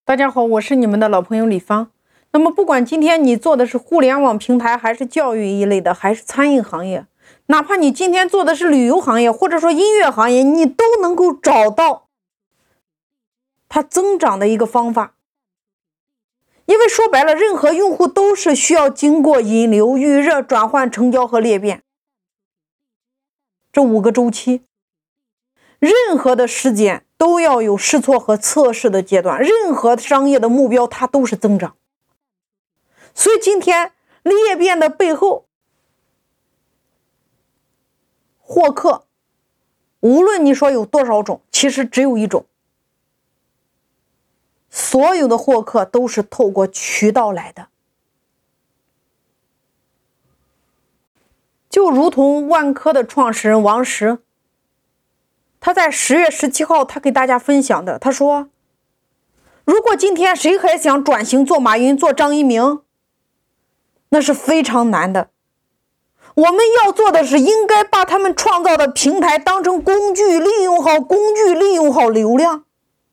大家好，我是你们的老朋友李芳。那么不管今天你做的是互联网平台，还是教育一类的，还是餐饮行业，哪怕你今天做的是旅游行业，或者说音乐行业，你都能够找到它增长的一个方法。因为说白了，任何用户都是需要经过引流、预热、转换、成交和裂变这5个周期。任何的时间都要有试错和测试的阶段，任何商业的目标它都是增长。所以今天裂变的背后，获客无论你说有多少种，其实只有一种，所有的获客都是透过渠道来的。就如同万科的创始人王石，他在10月17号他给大家分享的，他说如果今天谁还想转型做马云做张一鸣，那是非常难的。我们要做的是应该把他们创造的平台当成工具，利用好工具，利用好流量。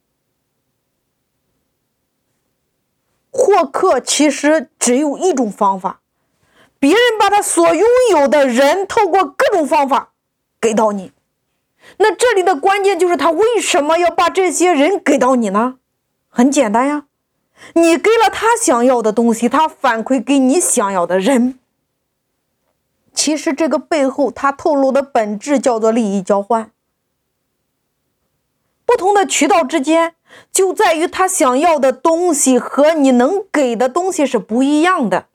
获客其实只有一种方法，别人把他所拥有的人透过各种方法给到你。那这里的关键就是他为什么要把这些人给到你呢？很简单呀，你给了他想要的东西，他反馈给你想要的人。其实这个背后他透露的本质叫做利益交换。不同的渠道之间就在于他想要的东西和你能给的东西是不一样的。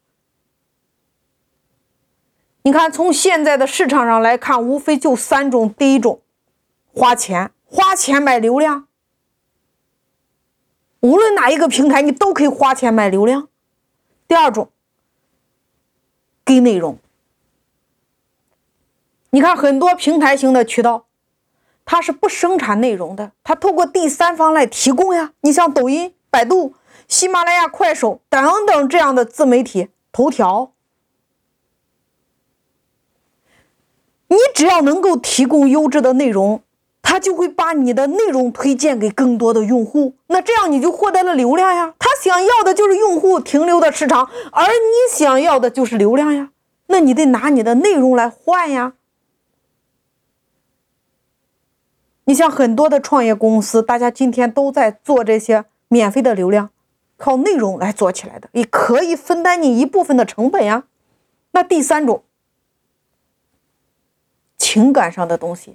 你看从现在的市场上来看，无非就3种。第一种，花钱买流量，无论哪一个平台你都可以花钱买流量。第二种，给内容。你看很多平台型的渠道，它是不生产内容的，它透过第三方来提供呀。你像抖音、百度、喜马拉雅、快手等等这样的自媒体，头条，你只要能够提供优质的内容，他就会把你的内容推荐给更多的用户，那这样你就获得了流量呀。他想要的就是用户停留的市场，而你想要的就是流量呀，那你得拿你的内容来换呀。你像很多的创业公司，大家今天都在做这些免费的流量，靠内容来做起来的，也可以分担你一部分的成本呀。那第三种，情感上的东西。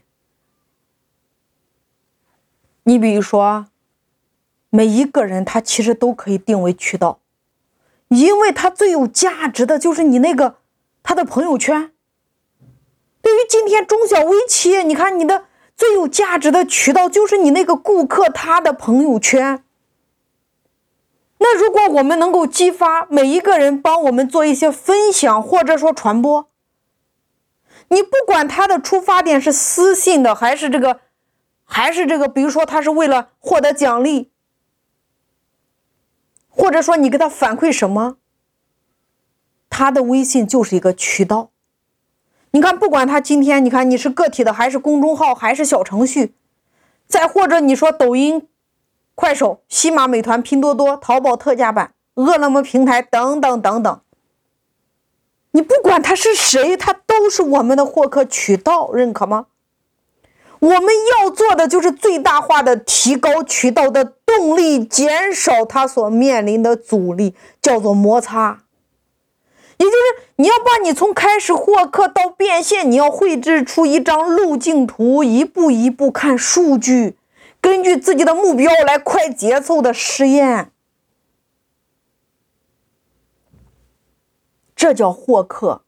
你比如说，每一个人他其实都可以定为渠道，因为他最有价值的就是你那个他的朋友圈。对于今天中小微企业，你看你的最有价值的渠道就是你那个顾客他的朋友圈。那如果我们能够激发每一个人帮我们做一些分享或者说传播，你不管他的出发点是私信的还是这个比如说他是为了获得奖励，或者说你给他反馈什么，他的微信就是一个渠道。你看不管他今天你看你是个体的还是公众号还是小程序，再或者你说抖音、快手、西马、美团、拼多多、淘宝特价版、饿了么平台等等等等，你不管他是谁，他都是我们的获客渠道，认可吗？我们要做的就是最大化的提高渠道的动力，减少它所面临的阻力，叫做摩擦。也就是你要把你从开始获客到变现，你要绘制出一张路径图，一步一步看数据，根据自己的目标来快节奏的实验。这叫获客。